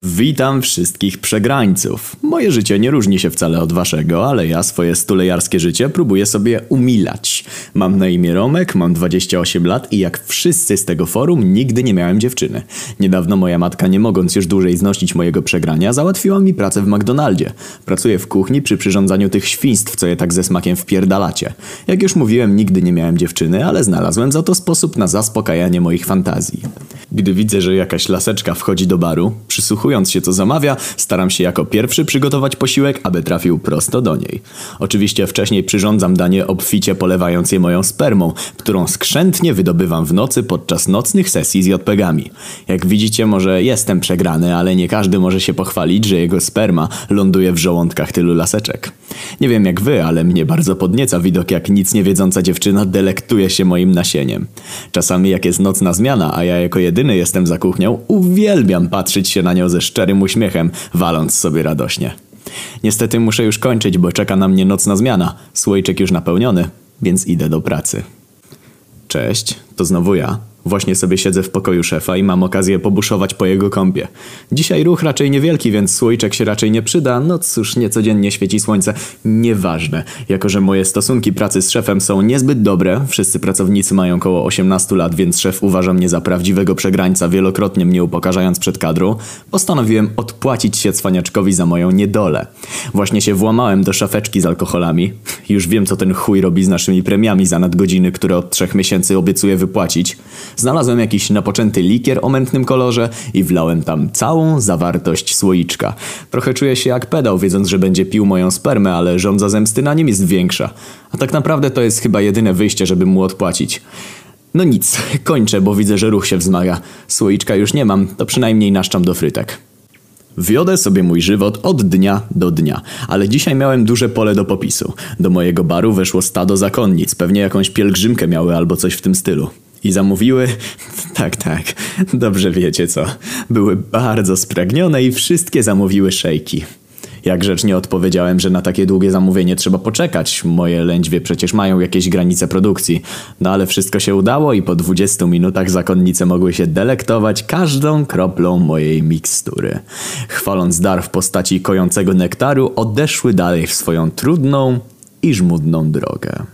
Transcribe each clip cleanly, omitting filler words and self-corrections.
Witam wszystkich przegrańców. Moje życie nie różni się wcale od waszego, ale ja swoje stulejarskie życie próbuję sobie umilać. Mam na imię Romek, mam 28 lat i jak wszyscy z tego forum nigdy nie miałem dziewczyny. Niedawno moja matka, nie mogąc już dłużej znosić mojego przegrania, załatwiła mi pracę w McDonaldzie. Pracuję w kuchni przy przyrządzaniu tych świństw, co je tak ze smakiem wpierdalacie. Jak już mówiłem, nigdy nie miałem dziewczyny, ale znalazłem za to sposób na zaspokajanie moich fantazji. Gdy widzę, że jakaś laseczka wchodzi do baru, przysłuchując się co zamawia, staram się jako pierwszy przygotować posiłek, aby trafił prosto do niej. Oczywiście wcześniej przyrządzam danie obficie polewając je moją spermą, którą skrzętnie wydobywam w nocy podczas nocnych sesji z JPG-ami. Jak widzicie, może jestem przegrany, ale nie każdy może się pochwalić, że jego sperma ląduje w żołądkach tylu laseczek. Nie wiem jak wy, ale mnie bardzo podnieca widok, jak nic nie wiedząca dziewczyna delektuje się moim nasieniem. Czasami jak jest nocna zmiana, a ja jako jedyny jestem za kuchnią, uwielbiam patrzeć się na nią ze szczerym uśmiechem, waląc sobie radośnie. Niestety muszę już kończyć, bo czeka na mnie nocna zmiana. Słoiczek już napełniony, więc idę do pracy. Cześć, to znowu ja. Właśnie sobie siedzę w pokoju szefa i mam okazję pobuszować po jego kąpie. Dzisiaj ruch raczej niewielki, więc słoiczek się raczej nie przyda. No cóż, niecodziennie świeci słońce. Nieważne. Jako że moje stosunki pracy z szefem są niezbyt dobre, wszyscy pracownicy mają około 18 lat, więc szef uważa mnie za prawdziwego przegrańca, wielokrotnie mnie upokarzając przed kadrą, postanowiłem odpłacić się cwaniaczkowi za moją niedolę. Właśnie się włamałem do szafeczki z alkoholami. Już wiem, co ten chuj robi z naszymi premiami za nadgodziny, które od 3 miesięcy obiecuje wypłacić. Znalazłem jakiś napoczęty likier o mętnym kolorze i wlałem tam całą zawartość słoiczka. Trochę czuję się jak pedał, wiedząc, że będzie pił moją spermę, ale żądza zemsty na nim jest większa. A tak naprawdę to jest chyba jedyne wyjście, żeby mu odpłacić. No nic, kończę, bo widzę, że ruch się wzmaga. Słoiczka już nie mam, to przynajmniej naszczam do frytek. Wiodę sobie mój żywot od dnia do dnia, ale dzisiaj miałem duże pole do popisu. Do mojego baru weszło stado zakonnic, pewnie jakąś pielgrzymkę miały albo coś w tym stylu. I zamówiły... Tak, dobrze wiecie co. Były bardzo spragnione i wszystkie zamówiły szejki. Jak grzecznie odpowiedziałem, że na takie długie zamówienie trzeba poczekać. Moje lędźwie przecież mają jakieś granice produkcji. No ale wszystko się udało i po 20 minutach zakonnice mogły się delektować każdą kroplą mojej mikstury. Chwaląc dar w postaci kojącego nektaru, odeszły dalej w swoją trudną i żmudną drogę.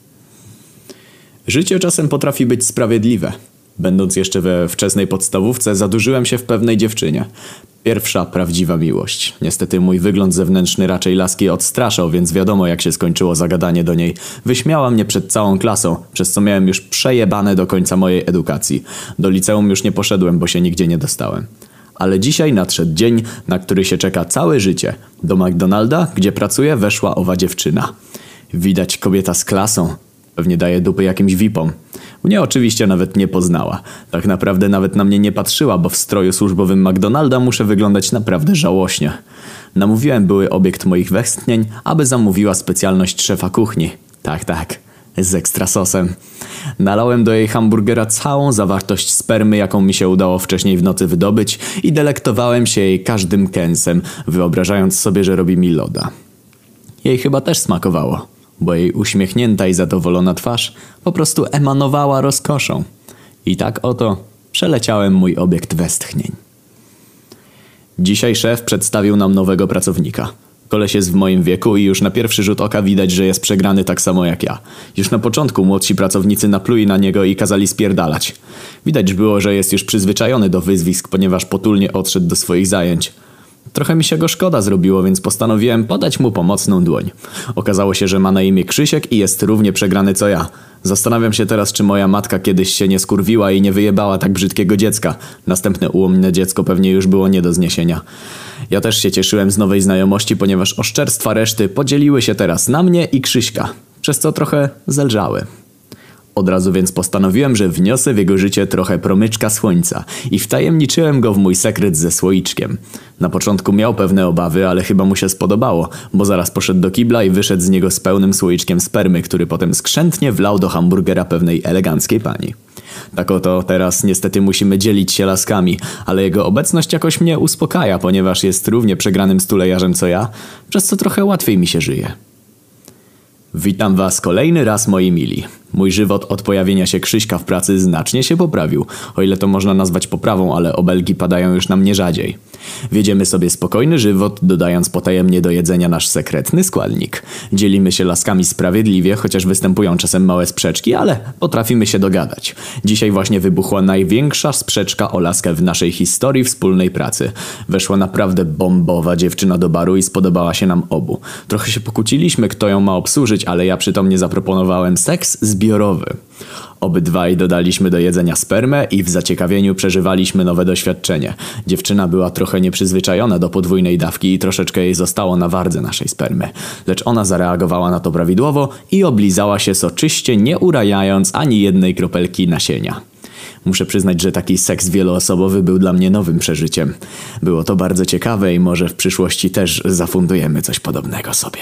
Życie czasem potrafi być sprawiedliwe. Będąc jeszcze we wczesnej podstawówce, zadurzyłem się w pewnej dziewczynie. Pierwsza prawdziwa miłość. Niestety mój wygląd zewnętrzny raczej laski odstraszał, więc wiadomo jak się skończyło zagadanie do niej. Wyśmiała mnie przed całą klasą, przez co miałem już przejebane do końca mojej edukacji. Do liceum już nie poszedłem, bo się nigdzie nie dostałem. Ale dzisiaj nadszedł dzień, na który się czeka całe życie. Do McDonalda, gdzie pracuję, weszła owa dziewczyna. Widać kobieta z klasą. Pewnie daje dupy jakimś VIP-om. Mnie oczywiście nawet nie poznała. Tak naprawdę nawet na mnie nie patrzyła, bo w stroju służbowym McDonalda muszę wyglądać naprawdę żałośnie. Namówiłem były obiekt moich westchnień, aby zamówiła specjalność szefa kuchni. Tak, z ekstra sosem. Nalałem do jej hamburgera całą zawartość spermy, jaką mi się udało wcześniej w nocy wydobyć i delektowałem się jej każdym kęsem, wyobrażając sobie, że robi mi loda. Jej chyba też smakowało, bo jej uśmiechnięta i zadowolona twarz po prostu emanowała rozkoszą. I tak oto przeleciałem mój obiekt westchnień. Dzisiaj szef przedstawił nam nowego pracownika. Koleś jest w moim wieku i już na pierwszy rzut oka widać, że jest przegrany tak samo jak ja. Już na początku młodsi pracownicy napluli na niego i kazali spierdalać. Widać było, że jest już przyzwyczajony do wyzwisk, ponieważ potulnie odszedł do swoich zajęć. Trochę mi się go szkoda zrobiło, więc postanowiłem podać mu pomocną dłoń. Okazało się, że ma na imię Krzysiek i jest równie przegrany co ja. Zastanawiam się teraz, czy moja matka kiedyś się nie skurwiła i nie wyjebała tak brzydkiego dziecka. Następne ułomne dziecko pewnie już było nie do zniesienia. Ja też się cieszyłem z nowej znajomości, ponieważ oszczerstwa reszty podzieliły się teraz na mnie i Krzyśka, przez co trochę zelżały. Od razu więc postanowiłem, że wniosę w jego życie trochę promyczka słońca i wtajemniczyłem go w mój sekret ze słoiczkiem. Na początku miał pewne obawy, ale chyba mu się spodobało, bo zaraz poszedł do kibla i wyszedł z niego z pełnym słoiczkiem spermy, który potem skrzętnie wlał do hamburgera pewnej eleganckiej pani. Tak oto teraz niestety musimy dzielić się laskami, ale jego obecność jakoś mnie uspokaja, ponieważ jest równie przegranym stulejarzem co ja, przez co trochę łatwiej mi się żyje. Witam was kolejny raz, moi mili. Mój żywot od pojawienia się Krzyśka w pracy znacznie się poprawił. O ile to można nazwać poprawą, ale obelgi padają już na mnie rzadziej. Wiedziemy sobie spokojny żywot, dodając potajemnie do jedzenia nasz sekretny składnik. Dzielimy się laskami sprawiedliwie, chociaż występują czasem małe sprzeczki, ale potrafimy się dogadać. Dzisiaj właśnie wybuchła największa sprzeczka o laskę w naszej historii wspólnej pracy. Weszła naprawdę bombowa dziewczyna do baru i spodobała się nam obu. Trochę się pokłóciliśmy, kto ją ma obsłużyć, ale ja przytomnie zaproponowałem seks zbiorowy. Obydwaj dodaliśmy do jedzenia spermę i w zaciekawieniu przeżywaliśmy nowe doświadczenie. Dziewczyna była trochę nieprzyzwyczajona do podwójnej dawki i troszeczkę jej zostało na wardze naszej spermy. Lecz ona zareagowała na to prawidłowo i oblizała się soczyście, nie urajając ani jednej kropelki nasienia. Muszę przyznać, że taki seks wieloosobowy był dla mnie nowym przeżyciem. Było to bardzo ciekawe i może w przyszłości też zafundujemy coś podobnego sobie.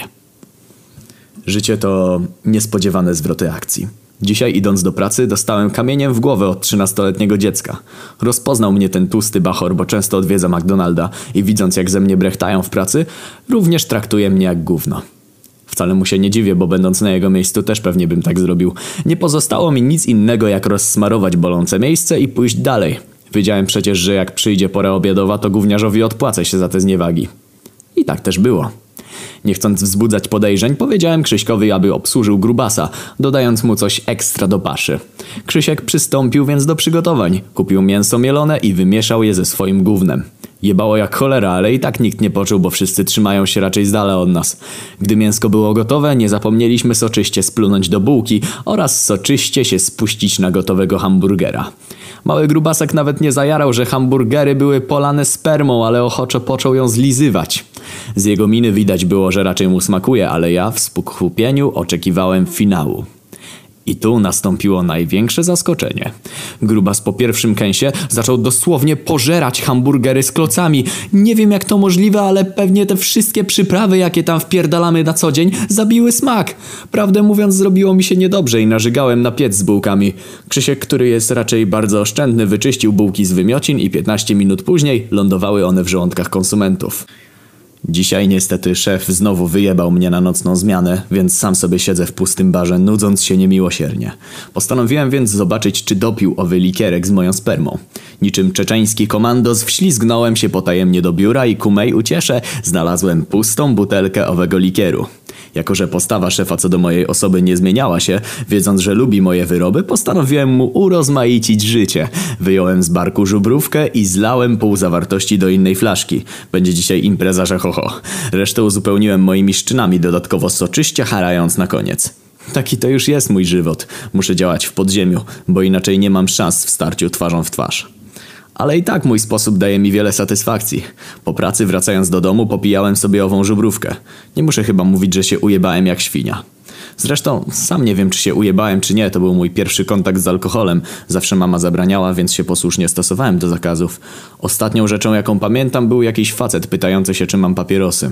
Życie to niespodziewane zwroty akcji. Dzisiaj idąc do pracy dostałem kamieniem w głowę od 13-letniego dziecka. Rozpoznał mnie ten tłusty bachor, bo często odwiedza McDonalda i widząc jak ze mnie brechtają w pracy, również traktuje mnie jak gówno. Wcale mu się nie dziwię, bo będąc na jego miejscu też pewnie bym tak zrobił. Nie pozostało mi nic innego jak rozsmarować bolące miejsce i pójść dalej. Wiedziałem przecież, że jak przyjdzie pora obiadowa, to gówniarzowi odpłacę się za te zniewagi. I tak też było. Nie chcąc wzbudzać podejrzeń, powiedziałem Krzyśkowi, aby obsłużył grubasa, dodając mu coś ekstra do paszy. Krzysiek przystąpił więc do przygotowań. Kupił mięso mielone i wymieszał je ze swoim gównem. Jebało jak cholera, ale i tak nikt nie poczuł, bo wszyscy trzymają się raczej z dala od nas. Gdy mięsko było gotowe, nie zapomnieliśmy soczyście splunąć do bułki oraz soczyście się spuścić na gotowego hamburgera. Mały grubasek nawet nie zajarał, że hamburgery były polane spermą, ale ochoczo począł ją zlizywać. Z jego miny widać było, że raczej mu smakuje, ale ja w spokłupieniu oczekiwałem finału. I tu nastąpiło największe zaskoczenie. Grubas po pierwszym kęsie zaczął dosłownie pożerać hamburgery z klocami. Nie wiem jak to możliwe, ale pewnie te wszystkie przyprawy, jakie tam wpierdalamy na co dzień, zabiły smak. Prawdę mówiąc, zrobiło mi się niedobrze i narzygałem na piec z bułkami. Krzysiek, który jest raczej bardzo oszczędny, wyczyścił bułki z wymiocin i 15 minut później lądowały one w żołądkach konsumentów. Dzisiaj niestety szef znowu wyjebał mnie na nocną zmianę, więc sam sobie siedzę w pustym barze, nudząc się niemiłosiernie. Postanowiłem więc zobaczyć, czy dopił owy likierek z moją spermą. Niczym czeczeński komandos wślizgnąłem się potajemnie do biura i ku mej uciesze znalazłem pustą butelkę owego likieru. Jako że postawa szefa co do mojej osoby nie zmieniała się, wiedząc, że lubi moje wyroby, postanowiłem mu urozmaicić życie. Wyjąłem z barku żubrówkę i zlałem pół zawartości do innej flaszki. Będzie dzisiaj impreza, że ho ho. Resztę uzupełniłem moimi szczynami, dodatkowo soczyście harając na koniec. Taki to już jest mój żywot. Muszę działać w podziemiu, bo inaczej nie mam szans w starciu twarzą w twarz. Ale i tak mój sposób daje mi wiele satysfakcji. Po pracy wracając do domu popijałem sobie ową żubrówkę. Nie muszę chyba mówić, że się ujebałem jak świnia. Zresztą sam nie wiem, czy się ujebałem, czy nie. To był mój pierwszy kontakt z alkoholem. Zawsze mama zabraniała, więc się posłusznie stosowałem do zakazów. Ostatnią rzeczą, jaką pamiętam, był jakiś facet pytający się, czy mam papierosy.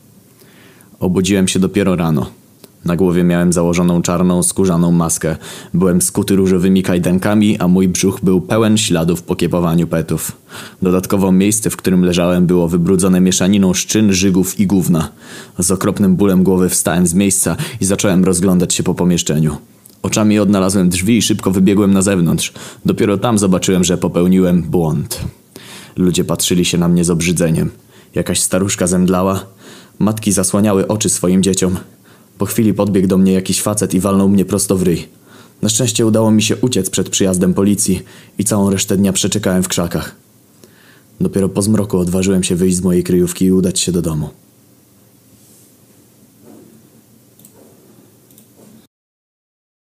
Obudziłem się dopiero rano. Na głowie miałem założoną czarną, skórzaną maskę. Byłem skuty różowymi kajdankami, a mój brzuch był pełen śladów po kiepowaniu petów. Dodatkowo miejsce, w którym leżałem, było wybrudzone mieszaniną szczyn, żygów i gówna. Z okropnym bólem głowy wstałem z miejsca i zacząłem rozglądać się po pomieszczeniu. Oczami odnalazłem drzwi i szybko wybiegłem na zewnątrz. Dopiero tam zobaczyłem, że popełniłem błąd. Ludzie patrzyli się na mnie z obrzydzeniem. Jakaś staruszka zemdlała. Matki zasłaniały oczy swoim dzieciom. Po chwili podbiegł do mnie jakiś facet i walnął mnie prosto w ryj. Na szczęście udało mi się uciec przed przyjazdem policji i całą resztę dnia przeczekałem w krzakach. Dopiero po zmroku odważyłem się wyjść z mojej kryjówki i udać się do domu.